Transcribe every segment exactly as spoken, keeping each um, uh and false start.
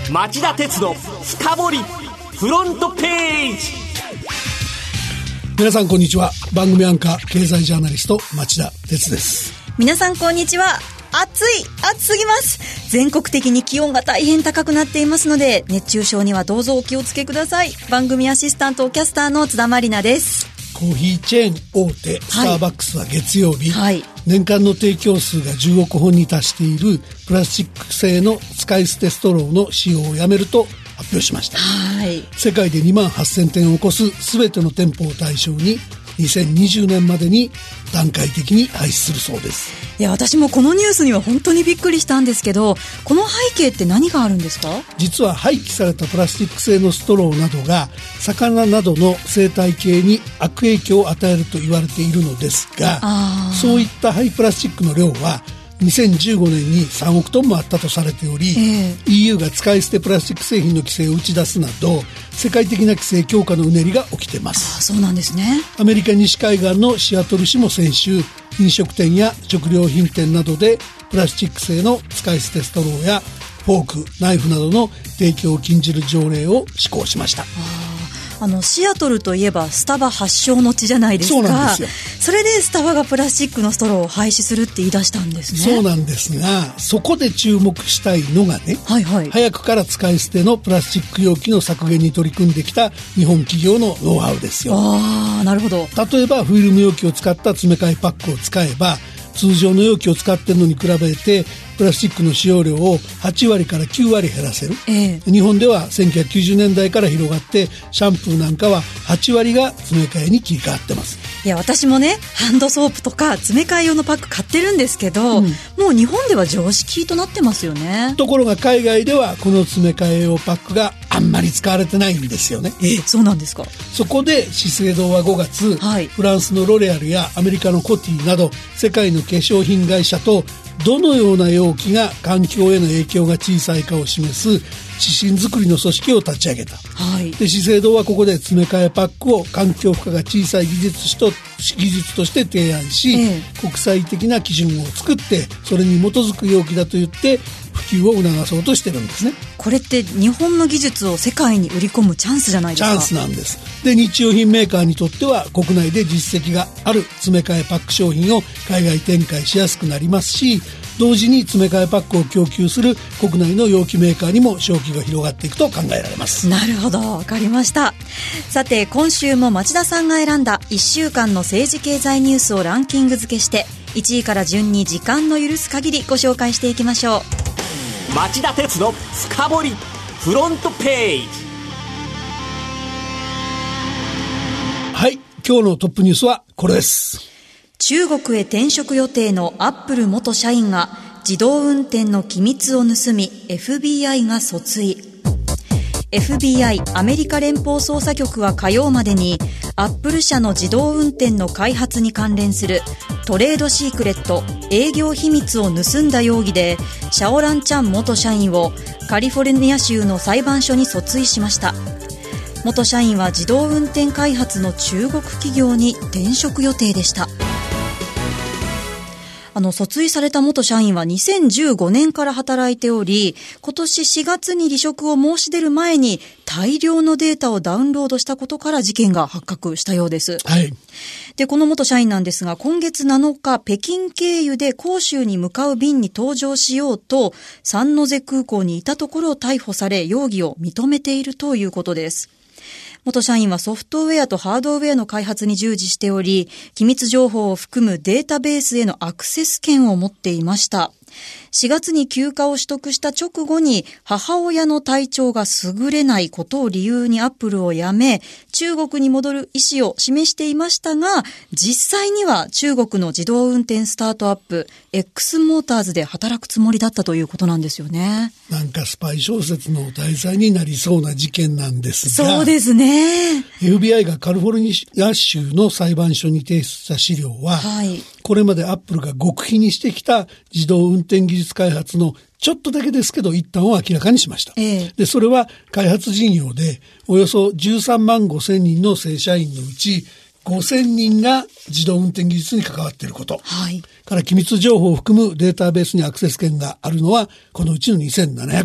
町田鉄の深掘りフロントページ。 皆さんこんにちは。番組アンカー経済ジャーナリスト町田鉄です。 皆さんこんにちは。暑い暑すぎます。全国的に気温が大変高くなっていますので、熱中症にはどうぞお気をつけください。番組アシスタントキャスターの津田まりなです。 コーヒーチェーン大手スターバックスは月曜日、 はい、 年間の提供数がじゅうおくほんに達しているプラスチック製の使い捨てストローの使用をやめると発表しました。 はい、 世界でにまんはっせんてんを超す全ての店舗を対象ににせんにじゅうねんまでに段階的に廃止するそうです。 いや、私もこのニュースには本当にびっくりしたんですけど、この背景って何があるんですか？ 実は廃棄されたプラスチック製のストローなどが魚などの生態系に悪影響を与えると言われているのですが、そういった廃プラスチックの量はにせんじゅうごねんにさんおくトンもあったとされており、えー、イーユー が使い捨てプラスチック製品の規制を打ち出すなど世界的な規制強化のうねりが起きています。 あ、そうなんですね。 アメリカ西海岸のシアトル市も先週、飲食店や食料品店などでプラスチック製の使い捨てストローやフォーク、ナイフなどの提供を禁じる条例を施行しました。 あのシアトルといえばスタバ発祥の地じゃないですか。 そうなんですよ。 それでスタバがプラスチックのストローを廃止するって言い出したんですね。 そうなんですが、そこで注目したいのがね、 はいはい、 早くから使い捨てのプラスチック容器の削減に取り組んできた日本企業のノウハウですよ。 あー、なるほど。 例えばフィルム容器を使った詰め替えパックを使えば、通常の容器を使っているのに比べてプラスチックの使用量をはちわりからきゅうわり減らせる、えー、日本ではせんきゅうひゃくきゅうじゅうねんだいから広がってシャンプーなんかははちわりが詰め替えに切り替わってます。 いや、私もねハンドソープとか詰め替え用のパック買ってるんですけど、うん、もう日本では常識となってますよね。 ところが海外ではこの詰め替え用パックがあんまり使われてないんですよね。 えー、そうなんですか。 そこで資生堂はごがつ、はい、フランスのロレアルやアメリカのコティなど世界の化粧品会社とどのような容器が環境への影響が小さいかを示す指針作りの組織を立ち上げた。はい、で資生堂はここで詰め替えパックを環境負荷が小さい技術と技術として提案し、ええ、国際的な基準を作ってそれに基づく容器だと言って普及を促そうとしてるんですね。 これって日本の技術を世界に売り込むチャンスじゃないですか。 チャンスなんです。で日用品メーカーにとっては国内で実績がある詰め替えパック商品を海外展開しやすくなりますし、同時に詰め替えパックを供給する国内の容器メーカーにも消費が広がっていくと考えられます。 なるほど、わかりました。さて今週も町田さんが選んだいっしゅうかんの政治経済ニュースをランキング付けしていちいから順に時間の許す限りご紹介していきましょう。町田鉄の深掘りフロントページ。 はい、今日のトップニュースはこれです。 中国へ転職予定のアップル元社員が自動運転の機密を盗み エフビーアイ が訴追。 エフビーアイ アメリカ連邦捜査局は火曜までにアップル社の自動運転の開発に関連するトレードシークレット営業秘密を盗んだ容疑でシャオランチャン元社員をカリフォルニア州の裁判所に訴追しました。元社員は自動運転開発の中国企業に転職予定でした。あの訴追された元社員はにせんじゅうごねんから働いており、今年しがつに離職を申し出る前に大量のデータをダウンロードしたことから事件が発覚したようです。 はい、 でこの元社員なんですが、今月なのか北京経由で広州に向かう便に搭乗しようと三ノ瀬空港にいたところを逮捕され容疑を認めているということです。元社員はソフトウェアとハードウェアの開発に従事しており、機密情報を含むデータベースへのアクセス権を持っていました。しがつに休暇を取得した直後に母親の体調が優れないことを理由にアップルを辞め中国に戻る意思を示していましたが、実際には中国の自動運転スタートアップ X モーターズで働くつもりだったということなんですよね。 なんかスパイ小説の題材になりそうな事件なんですが、 そうですね。 エフビーアイ がカリフォルニア州の裁判所に提出した資料は、はい、これまでアップルが極秘にしてきた自動運転技術開発のちょっとだけですけど一端を明らかにしました。ええ、でそれは開発事業でおよそじゅうさんまんごせんにんの正社員のうちごせんにんが自動運転技術に関わっていること、はい、から機密情報を含むデータベースにアクセス権があるのはこのうちのにせんななひゃくにん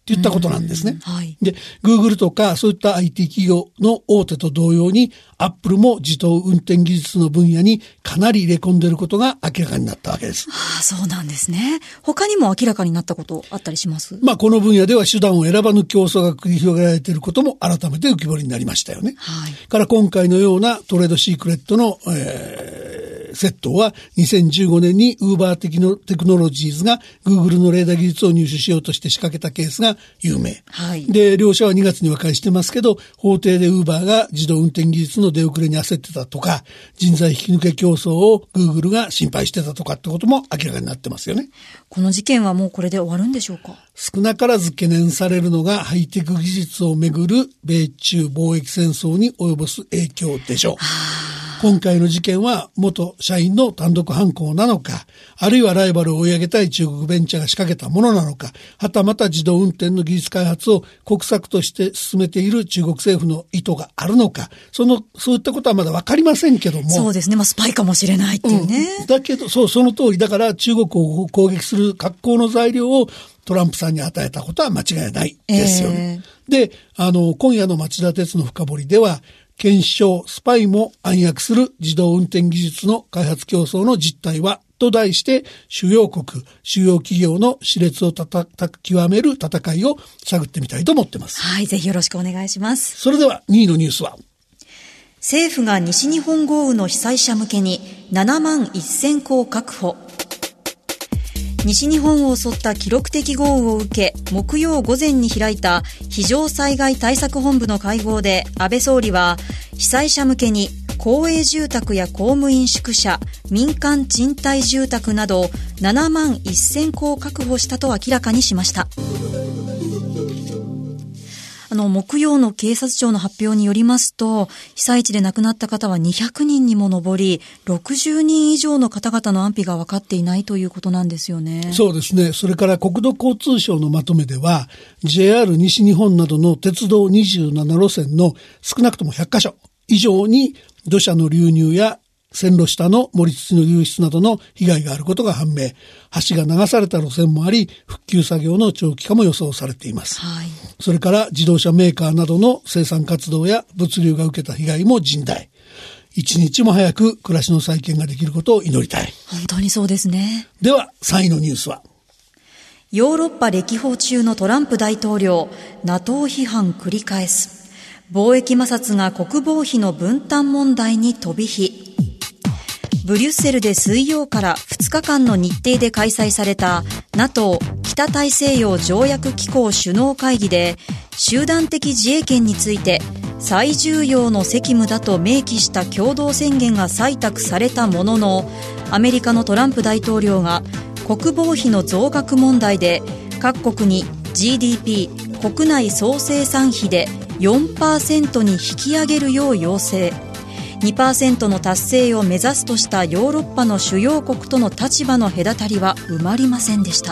っていったことなんですね。 はい、 で、Google とかそういった アイティー 企業の大手と同様に Apple も自動運転技術の分野にかなり入れ込んでいることが明らかになったわけです。 ああ、そうなんですね。他にも明らかになったことあったりします？ まあこの分野では手段を選ばぬ競争が繰り広げられていることも改めて浮き彫りになりましたよね。 はい。 から今回のようなトレードシークレットの、えー窃盗はにせんじゅうごねんに Uber テクノロジーズが Google のレーダー技術を入手しようとして仕掛けたケースが有名、 はい、 で両者はにがつに和解してますけど、法廷で Uber が自動運転技術の出遅れに焦ってたとか、人材引き抜け競争を Google が心配してたとかってことも明らかになってますよね。 この事件はもうこれで終わるんでしょうか？ 少なからず懸念されるのがハイテク技術をめぐる米中貿易戦争に及ぼす影響でしょう。今回の事件は元社員の単独犯行なのか、あるいはライバルを追い上げたい中国ベンチャーが仕掛けたものなのか、はたまた自動運転の技術開発を国策として進めている中国政府の意図があるのか、そのそういったことはまだ分かりませんけども。 そうですね、まあ、スパイかもしれないっていうね、 うん、だけどそうその通りだから、中国を攻撃する格好の材料をトランプさんに与えたことは間違いないですよね。えー、で、あの今夜の町田鉄の深掘りでは、検証スパイも暗躍する自動運転技術の開発競争の実態はと題して、主要国主要企業の熾烈をたたた極める戦いを探ってみたいと思ってます。 はい、ぜひよろしくお願いします。 それではにいのニュースは、 政府が西日本豪雨の被災者向けにななまんせんこう確保。西日本を襲った記録的豪雨を受け、木曜午前に開いた非常災害対策本部の会合で、安倍総理は被災者向けに公営住宅や公務員宿舎、民間賃貸住宅などななまんせんこを確保したと明らかにしました。あの木曜の警察庁の発表によりますと、被災地で亡くなった方はにひゃくにんにも上り、ろくじゅうにん以上の方々の安否が分かっていないということなんですよね。 そうですね。それから国土交通省のまとめでは、 ジェイアール 西日本などの鉄道にじゅうなな路線の少なくともひゃっかしょ以上に土砂の流入や線路下の盛り土の流出などの被害があることが判明。橋が流された路線もあり、復旧作業の長期化も予想されています。 はい、 それから自動車メーカーなどの生産活動や物流が受けた被害も甚大。一日も早く暮らしの再建ができることを祈りたい。 本当にそうですね。 ではさんいのニュースは、 ヨーロッパ歴訪中のトランプ大統領、NATO 批判繰り返す。貿易摩擦が国防費の分担問題に飛び火。ブリュッセルで水曜からふつかかんの日程で開催された NATO 北大西洋条約機構首脳会議で、集団的自衛権について最重要の責務だと明記した共同宣言が採択されたものの、アメリカのトランプ大統領が国防費の増額問題で各国に ジーディーピー 国内総生産比で よんパーセント に引き上げるよう要請。にパーセント の達成を目指すとしたヨーロッパの主要国との立場の隔たりは埋まりませんでした。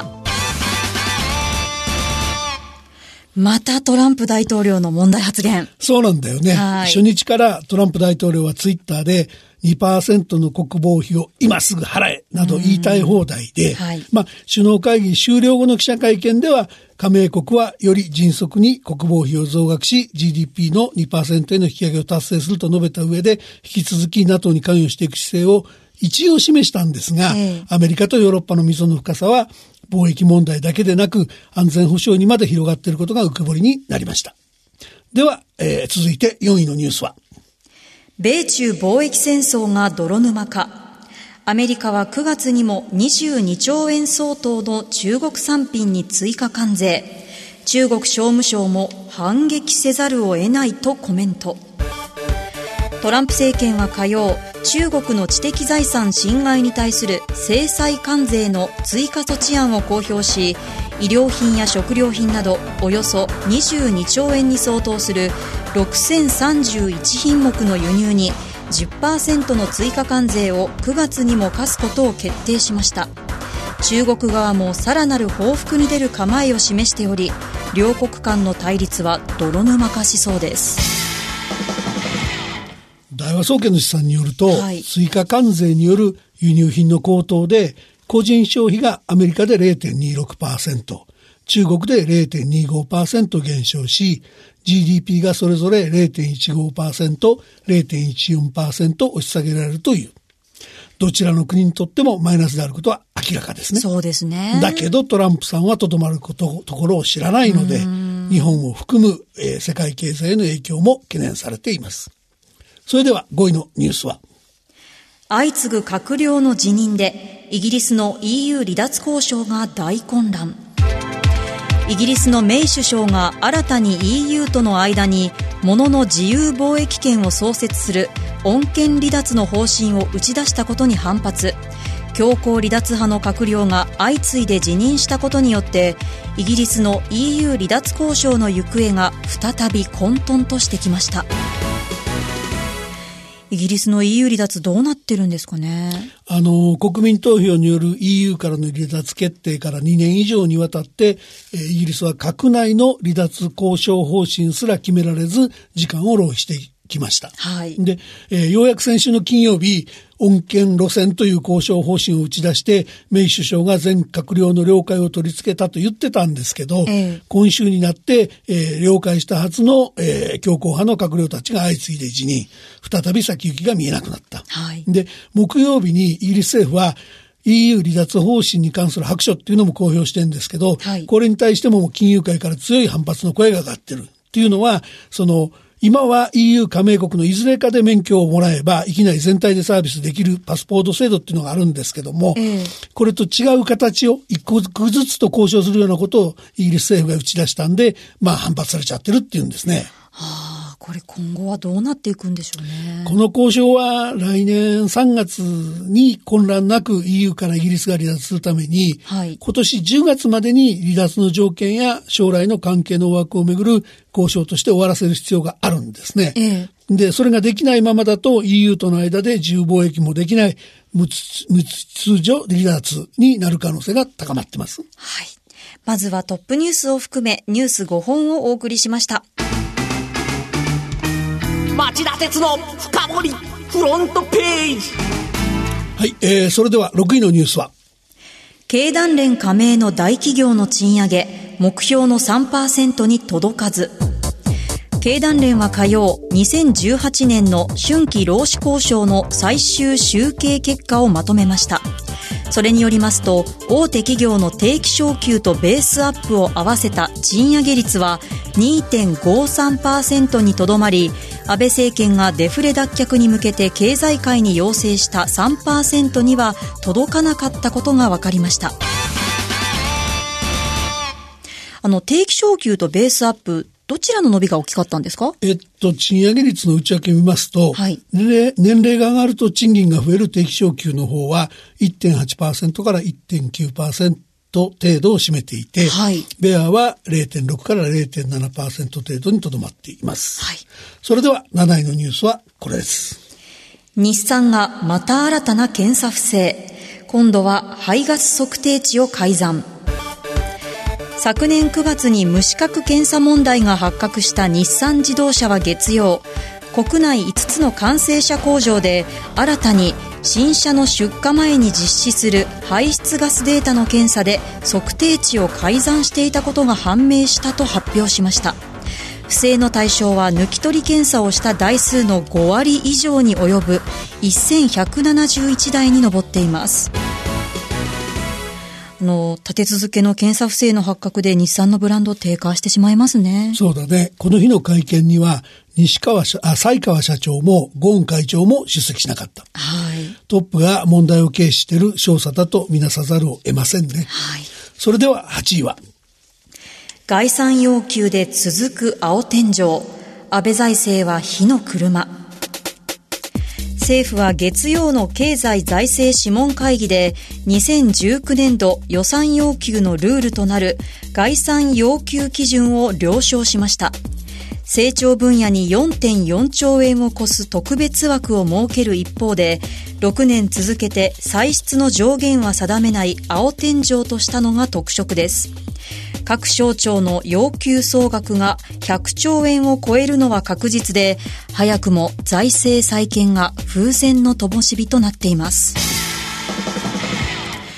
またトランプ大統領の問題発言。 そうなんだよね。初日からトランプ大統領はツイッターで にパーセント の国防費を今すぐ払えなど言いたい放題で、はい、まあ、首脳会議終了後の記者会見では、加盟国はより迅速に国防費を増額し ジーディーピー の にパーセント への引き上げを達成すると述べた上で、引き続き NATO に関与していく姿勢を一応示したんですが、えー、アメリカとヨーロッパの溝の深さは貿易問題だけでなく安全保障にまで広がっていることが浮き彫りになりました。では、えー、続いてよんいのニュースは、 米中貿易戦争が泥沼化。アメリカはくがつにもにじゅうにちょうえん相当の中国産品に追加関税。中国商務省も反撃せざるを得ないとコメント。トランプ政権は火曜、中国の知的財産侵害に対する制裁関税の追加措置案を公表し、衣料品や食料品などおよそにじゅうにちょうえんに相当するろくせんさんじゅういちひんもくの輸入に じゅっパーセント の追加関税をくがつにも課すことを決定しました。中国側もさらなる報復に出る構えを示しており、両国間の対立は泥沼化しそうです。 大和総研の試算によると、 はい、 追加関税による輸入品の高騰で個人消費がアメリカで れいてんにろくパーセント、 中国で ゼロてんにごパーセント 減少し、ジーディーピー がそれぞれ ゼロてんいちごパーセント、ゼロてんいちよんパーセント 押し下げられるという。どちらの国にとってもマイナスであることは明らかですね。 そうですね。 だけどトランプさんはとどまることところを知らないので、日本を含む、えー、世界経済への影響も懸念されています。それではごいのニュースは、 相次ぐ閣僚の辞任でイギリスの イーユー 離脱交渉が大混乱。イギリスのメイ首相が新たに イーユー との間に物の自由貿易圏を創設する穏健離脱の方針を打ち出したことに反発。強硬離脱派の閣僚が相次いで辞任したことによって、イギリスの イーユー 離脱交渉の行方が再び混沌としてきました。イギリスの イーユー 離脱どうなってるんですかね。 あの国民投票による イーユー からの離脱決定からにねん以上にわたって、えー、イギリスは閣内の離脱交渉方針すら決められず時間を浪費してきました。 はい。 で、えー、ようやく先週の金曜日、穏健路線という交渉方針を打ち出して、メイ首相が全閣僚の了解を取り付けたと言ってたんですけど、えー、今週になって、えー、了解したはずの、えー、強硬派の閣僚たちが相次いで辞任、再び先行きが見えなくなった。 はい。 で、木曜日にイギリス政府は イーユー 離脱方針に関する白書っていうのも公表してるんですけど、はい、これに対しても金融界から強い反発の声が上がってるっていうのは、その今は イーユー 加盟国のいずれかで免許をもらえばいきなり全体でサービスできるパスポート制度っていうのがあるんですけども、えー、これと違う形を一個ずつと交渉するようなことをイギリス政府が打ち出したんで、まあ反発されちゃってるっていうんですね。 はあ、これ今後はどうなっていくんでしょうね。 この交渉は来年さんがつに混乱なく イーユー からイギリスが離脱するために、はい、今年じゅうがつまでに離脱の条件や将来の関係の枠をめぐる交渉として終わらせる必要があるんですね。ええ、で、それができないままだと イーユー との間で自由貿易もできない無秩序離脱になる可能性が高まっています。 はい。まずはトップニュースを含めニュースごほんをお送りしました。 町田鉄の深掘りフロントページ。 はい、えー、それではろくいのニュースは、 経団連加盟の大企業の賃上げ目標の さんパーセント に届かず。経団連は火曜、にせんじゅうはちねんの春季労使交渉の最終集計結果をまとめました。それによりますと、大手企業の定期昇給とベースアップを合わせた賃上げ率は にてんごさんパーセント にとどまり、安倍政権がデフレ脱却に向けて経済界に要請した さんパーセント には届かなかったことが分かりました。あの定期昇給とベースアップ、どちらの伸びが大きかったんですか？ えっと、賃上げ率の内訳を見ますと、はい、年齢、年齢が上がると賃金が増える定期昇給の方は いってんはちパーセント から いってんきゅうパーセント 程度を占めていて、はい、ベアは ゼロてんろく から ゼロてんななパーセント 程度にとどまっています。はい、それではなないのニュースはこれです。 日産がまた新たな検査不正。今度は排ガス測定値を改ざん。昨年くがつに無資格検査問題が発覚した日産自動車は月曜、国内いつつの完成車工場で新たに新車の出荷前に実施する排出ガスデータの検査で測定値を改ざんしていたことが判明したと発表しました。不正の対象は抜き取り検査をした台数のごわり以上に及ぶせんひゃくななじゅういちだいに上っています。あの立て続けの検査不正の発覚で日産のブランド低下してしまいますね。 そうだね。この日の会見には西川社あ斉川社長もゴーン会長も出席しなかった。はい。トップが問題を軽視している証左だとみなさざるを得ませんね。はい。それでははちいは、 概算要求で続く青天井、安倍財政は火の車。政府は月曜の経済財政諮問会議でにせんじゅうきゅうねんど予算要求のルールとなる概算要求基準を了承しました。成長分野に よんてんよんちょうえんを超す特別枠を設ける一方で、ろくねん続けて歳出の上限は定めない青天井としたのが特色です。各省庁の要求総額がひゃくちょうえんを超えるのは確実で、早くも財政再建が風前の灯火となっています。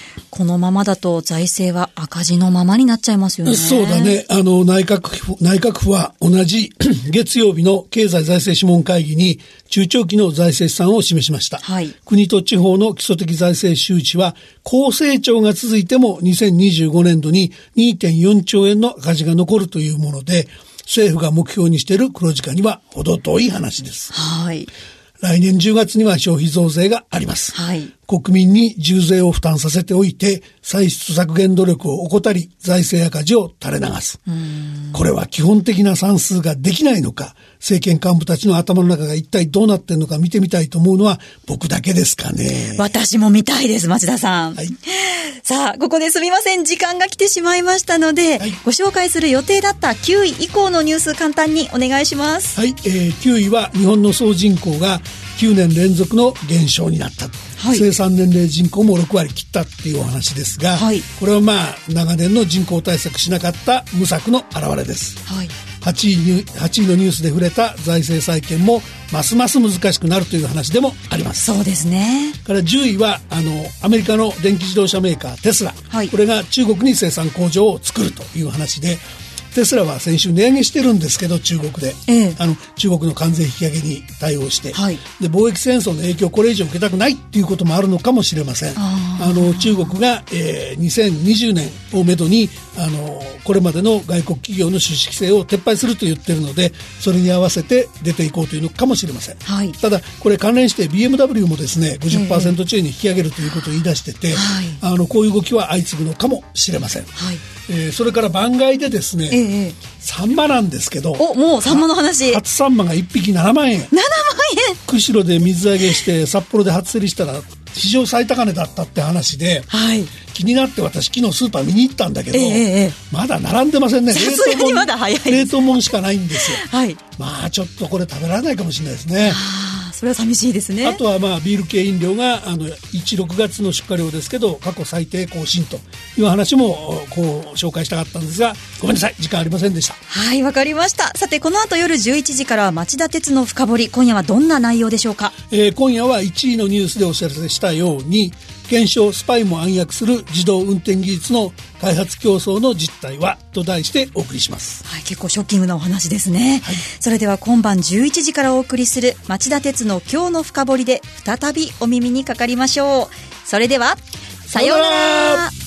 このままだと財政は赤字のままになっちゃいますよね。 そうだね。あの、内閣府、内閣府は同じ月曜日の経済財政諮問会議に中長期の財政試算を示しました。はい、国と地方の基礎的財政収支は高成長が続いてもにせんにじゅうごねんどに にてんよんちょうえんの赤字が残るというもので、政府が目標にしている黒字化には程遠い話です。はい。来年じゅうがつには消費増税があります。はい。国民に重税を負担させておいて、歳出削減努力を怠り、財政赤字を垂れ流す。これは基本的な算数ができないのか、政権幹部たちの頭の中が一体どうなってんのか見てみたいと思うのは僕だけですかね。 私も見たいです、町田さん。はい。さあ、ここですみません。時間が来てしまいましたので、はい、ご紹介する予定だったきゅうい以降のニュース簡単にお願いします。 はい、えー、きゅういは日本の総人口がきゅうねん連続の減少になった。はい、生産年齢人口もろくわり切ったっていうお話ですが、はい、これはまあ長年の人口対策しなかった無策の表れです。はい、はちいに、はちいのニュースで触れた財政再建もますます難しくなるという話でもあります。 そうですね。 からじゅういはあのアメリカの電気自動車メーカーテスラ、はい、これが中国に生産工場を作るという話で、テスラは先週値上げしてるんですけど、中国で、ええ、あの中国の関税引き上げに対応して、はい、で貿易戦争の影響をこれ以上受けたくないっていうこともあるのかもしれません。ああの中国が、えー、にせんにじゅうねんをめどにあのこれまでの外国企業の出資規制を撤廃すると言ってるので、それに合わせて出ていこうというのかもしれません。はい、ただこれ関連して ビーエムダブリュー もですね ごじゅっパーセント 中に引き上げるということを言い出してて、えーはい、あのこういう動きは相次ぐのかもしれません。はい、えー、それから番外でですね、えー、サンマなんですけど、 お、もうサンマの話。 初サンマがいっぴきななまんえん。 ななまんえん。 釧路で水揚げして札幌で初競りしたら史上最高値だったって話で、はい、気になって私昨日スーパー見に行ったんだけど、えー、まだ並んでませんね。 さすがにまだ早いです。 冷凍もんしかないんですよ。 はい、 まあちょっとこれ食べられないかもしれないですね。 それは寂しいですね。 あとはまあビール系飲料があのいち、ろくがつの出荷量ですけど過去最低更新という話もこう紹介したかったんですが、ごめんなさい、時間ありませんでした。 はい、わかりました。さてこの後夜じゅういちじからは町田鉄の深掘り、今夜はどんな内容でしょうか。 えー、今夜はいちいのニュースでお知らせしたように、検証スパイも暗躍する自動運転技術の開発競争の実態はと題してお送りします。 はい、結構ショッキングなお話ですね。はい、それでは今晩じゅういちじからお送りする町田鉄の今日の深掘りで再びお耳にかかりましょう。それではさようなら。